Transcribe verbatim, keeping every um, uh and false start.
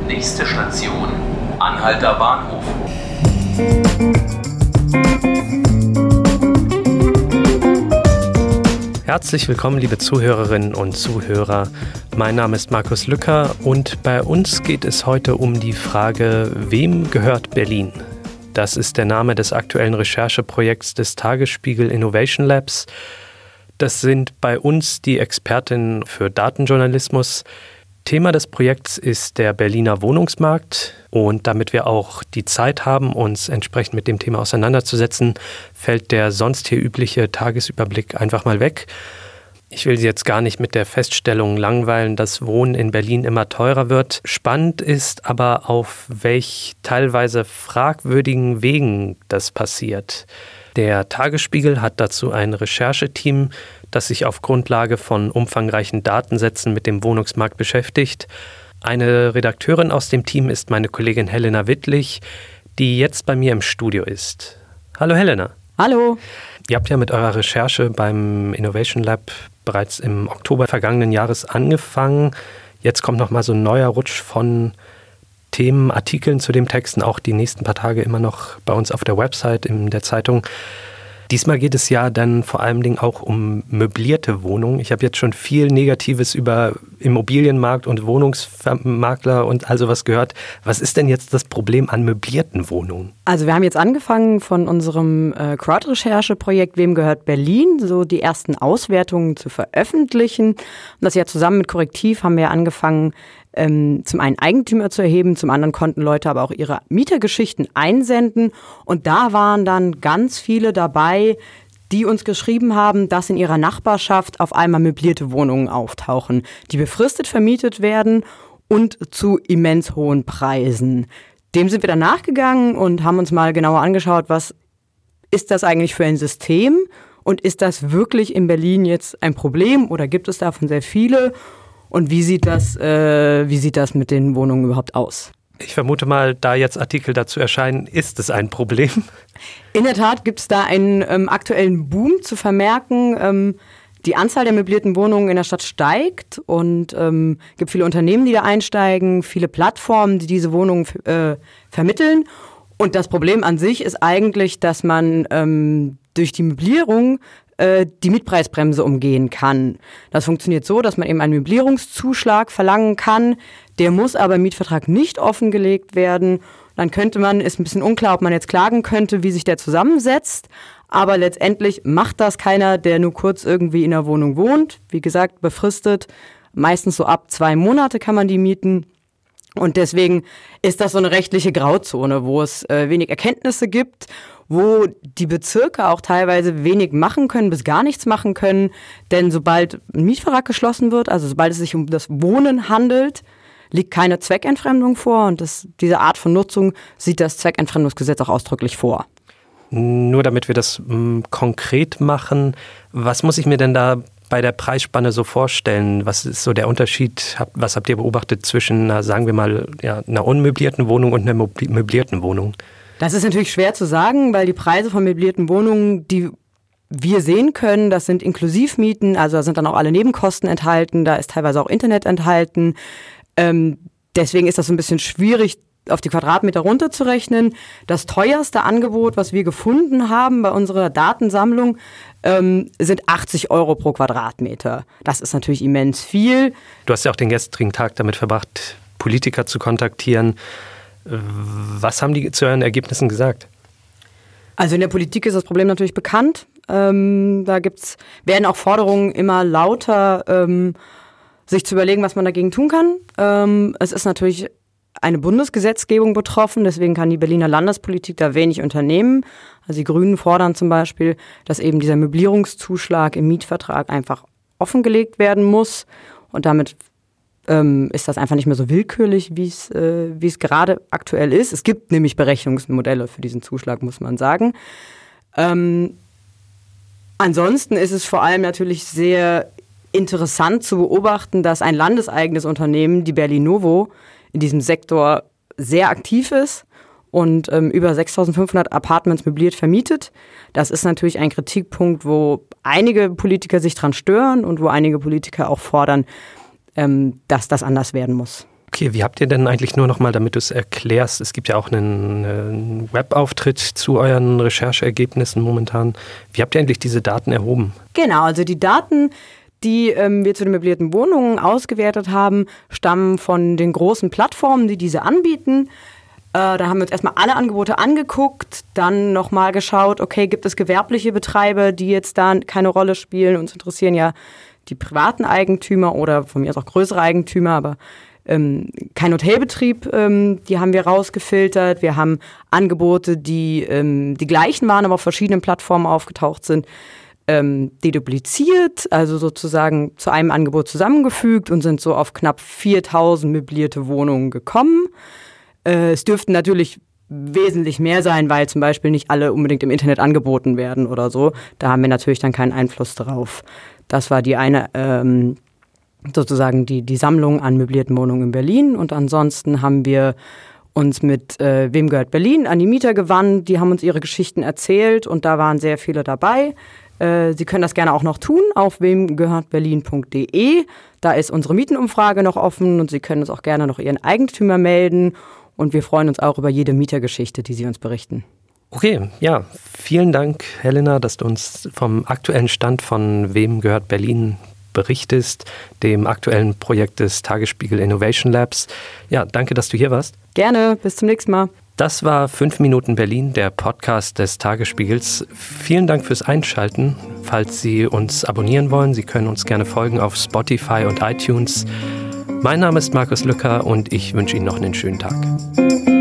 Nächste Station, Anhalter Bahnhof. Herzlich willkommen, liebe Zuhörerinnen und Zuhörer. Mein Name ist Markus Lücker und bei uns geht es heute um die Frage, wem gehört Berlin? Das ist der Name des aktuellen Rechercheprojekts des Tagesspiegel Innovation Labs. Das sind bei uns die Expertinnen für Datenjournalismus. Thema des Projekts ist der Berliner Wohnungsmarkt und damit wir auch die Zeit haben, uns entsprechend mit dem Thema auseinanderzusetzen, fällt der sonst hier übliche Tagesüberblick einfach mal weg. Ich will Sie jetzt gar nicht mit der Feststellung langweilen, dass Wohnen in Berlin immer teurer wird. Spannend ist aber, auf welch teilweise fragwürdigen Wegen das passiert. Der Tagesspiegel hat dazu ein Rechercheteam, das sich auf Grundlage von umfangreichen Datensätzen mit dem Wohnungsmarkt beschäftigt. Eine Redakteurin aus dem Team ist meine Kollegin Helena Wittlich, die jetzt bei mir im Studio ist. Hallo Helena. Hallo. Ihr habt ja mit eurer Recherche beim Innovation Lab bereits im Oktober vergangenen Jahres angefangen. Jetzt kommt noch mal so ein neuer Rutsch von Themen, Artikeln zu den Texten, auch die nächsten paar Tage immer noch bei uns auf der Website, in der Zeitung. Diesmal geht es ja dann vor allen Dingen auch um möblierte Wohnungen. Ich habe jetzt schon viel Negatives über Immobilienmarkt und Wohnungsmakler und all sowas gehört. Was ist denn jetzt das Problem an möblierten Wohnungen? Also wir haben jetzt angefangen von unserem äh, Crowd-Recherche-Projekt Wem gehört Berlin, so die ersten Auswertungen zu veröffentlichen. Und das ja zusammen mit Korrektiv haben wir angefangen, Ähm, zum einen Eigentümer zu erheben, zum anderen konnten Leute aber auch ihre Mietergeschichten einsenden. Und da waren dann ganz viele dabei, die uns geschrieben haben, dass in ihrer Nachbarschaft auf einmal möblierte Wohnungen auftauchen, die befristet vermietet werden und zu immens hohen Preisen. Dem sind wir dann nachgegangen und haben uns mal genauer angeschaut, was ist das eigentlich für ein System und ist das wirklich in Berlin jetzt ein Problem oder gibt es davon sehr viele? Und wie sieht das, äh, wie sieht das mit den Wohnungen überhaupt aus? Ich vermute mal, da jetzt Artikel dazu erscheinen, ist es ein Problem. In der Tat gibt es da einen ähm, aktuellen Boom zu vermerken. Ähm, die Anzahl der möblierten Wohnungen in der Stadt steigt und ähm, gibt viele Unternehmen, die da einsteigen, viele Plattformen, die diese Wohnungen äh, vermitteln. Und das Problem an sich ist eigentlich, dass man ähm, durch die Möblierung die Mietpreisbremse umgehen kann. Das funktioniert so, dass man eben einen Möblierungszuschlag verlangen kann. Der muss aber im Mietvertrag nicht offengelegt werden. Dann könnte man, ist ein bisschen unklar, ob man jetzt klagen könnte, wie sich der zusammensetzt. Aber letztendlich macht das keiner, der nur kurz irgendwie in der Wohnung wohnt. Wie gesagt, befristet. Meistens so ab zwei Monate kann man die mieten. Und deswegen ist das so eine rechtliche Grauzone, wo es äh, wenig Erkenntnisse gibt, wo die Bezirke auch teilweise wenig machen können, bis gar nichts machen können. Denn sobald ein Mietvertrag geschlossen wird, also sobald es sich um das Wohnen handelt, liegt keine Zweckentfremdung vor. Und das, diese Art von Nutzung sieht das Zweckentfremdungsgesetz auch ausdrücklich vor. Nur damit wir das m, konkret machen, was muss ich mir denn da bei der Preisspanne so vorstellen? Was ist so der Unterschied? Was habt ihr beobachtet zwischen, einer, sagen wir mal, ja, einer unmöblierten Wohnung und einer möblierten Wohnung? Das ist natürlich schwer zu sagen, weil die Preise von möblierten Wohnungen, die wir sehen können, das sind Inklusivmieten, also da sind dann auch alle Nebenkosten enthalten, da ist teilweise auch Internet enthalten. Ähm, deswegen ist das so ein bisschen schwierig, auf die Quadratmeter runterzurechnen. Das teuerste Angebot, was wir gefunden haben bei unserer Datensammlung, ähm, sind achtzig Euro pro Quadratmeter. Das ist natürlich immens viel. Du hast ja auch den gestrigen Tag damit verbracht, Politiker zu kontaktieren. Was haben die zu euren Ergebnissen gesagt? Also in der Politik ist das Problem natürlich bekannt. Ähm, da gibt's, werden auch Forderungen immer lauter, ähm, sich zu überlegen, was man dagegen tun kann. Ähm, es ist natürlich eine Bundesgesetzgebung betroffen, deswegen kann die Berliner Landespolitik da wenig unternehmen. Also die Grünen fordern zum Beispiel, dass eben dieser Möblierungszuschlag im Mietvertrag einfach offengelegt werden muss und damit ähm, ist das einfach nicht mehr so willkürlich, wie es äh, wie es gerade aktuell ist. Es gibt nämlich Berechnungsmodelle für diesen Zuschlag, muss man sagen. Ähm, ansonsten ist es vor allem natürlich sehr interessant zu beobachten, dass ein landeseigenes Unternehmen, die Berlinovo, in diesem Sektor sehr aktiv ist und ähm, über sechstausendfünfhundert Apartments möbliert vermietet. Das ist natürlich ein Kritikpunkt, wo einige Politiker sich dran stören und wo einige Politiker auch fordern, ähm, dass das anders werden muss. Okay, wie habt ihr denn eigentlich, nur noch mal, damit du es erklärst, es gibt ja auch einen, einen Webauftritt zu euren Rechercheergebnissen momentan. Wie habt ihr eigentlich diese Daten erhoben? Genau, also die Daten, die ähm, wir zu den möblierten Wohnungen ausgewertet haben, stammen von den großen Plattformen, die diese anbieten. Äh, da haben wir uns erstmal alle Angebote angeguckt, dann nochmal geschaut, okay, gibt es gewerbliche Betreiber, die jetzt da keine Rolle spielen? Uns interessieren ja die privaten Eigentümer oder von mir aus auch größere Eigentümer, aber ähm, kein Hotelbetrieb, ähm, die haben wir rausgefiltert. Wir haben Angebote, die ähm, die gleichen waren, aber auf verschiedenen Plattformen aufgetaucht sind, ähm, dedupliziert, also sozusagen zu einem Angebot zusammengefügt und sind so auf knapp viertausend möblierte Wohnungen gekommen. Äh, es dürften natürlich wesentlich mehr sein, weil zum Beispiel nicht alle unbedingt im Internet angeboten werden oder so. Da haben wir natürlich dann keinen Einfluss drauf. Das war die eine, ähm, sozusagen die, die Sammlung an möblierten Wohnungen in Berlin. Und ansonsten haben wir uns mit äh, Wem gehört Berlin an die Mieter gewandt. Die haben uns ihre Geschichten erzählt und da waren sehr viele dabei. Äh, Sie können das gerne auch noch tun auf wem gehört berlin punkt de. Da ist unsere Mietenumfrage noch offen und Sie können uns auch gerne noch Ihren Eigentümer melden. Und wir freuen uns auch über jede Mietergeschichte, die Sie uns berichten. Okay, ja, vielen Dank, Helena, dass du uns vom aktuellen Stand von Wem gehört Berlin berichtest, dem aktuellen Projekt des Tagesspiegel Innovation Labs. Ja, danke, dass du hier warst. Gerne, bis zum nächsten Mal. Das war fünf Minuten Berlin, der Podcast des Tagesspiegels. Vielen Dank fürs Einschalten. Falls Sie uns abonnieren wollen, Sie können uns gerne folgen auf Spotify und iTunes. Mein Name ist Markus Lücker und ich wünsche Ihnen noch einen schönen Tag.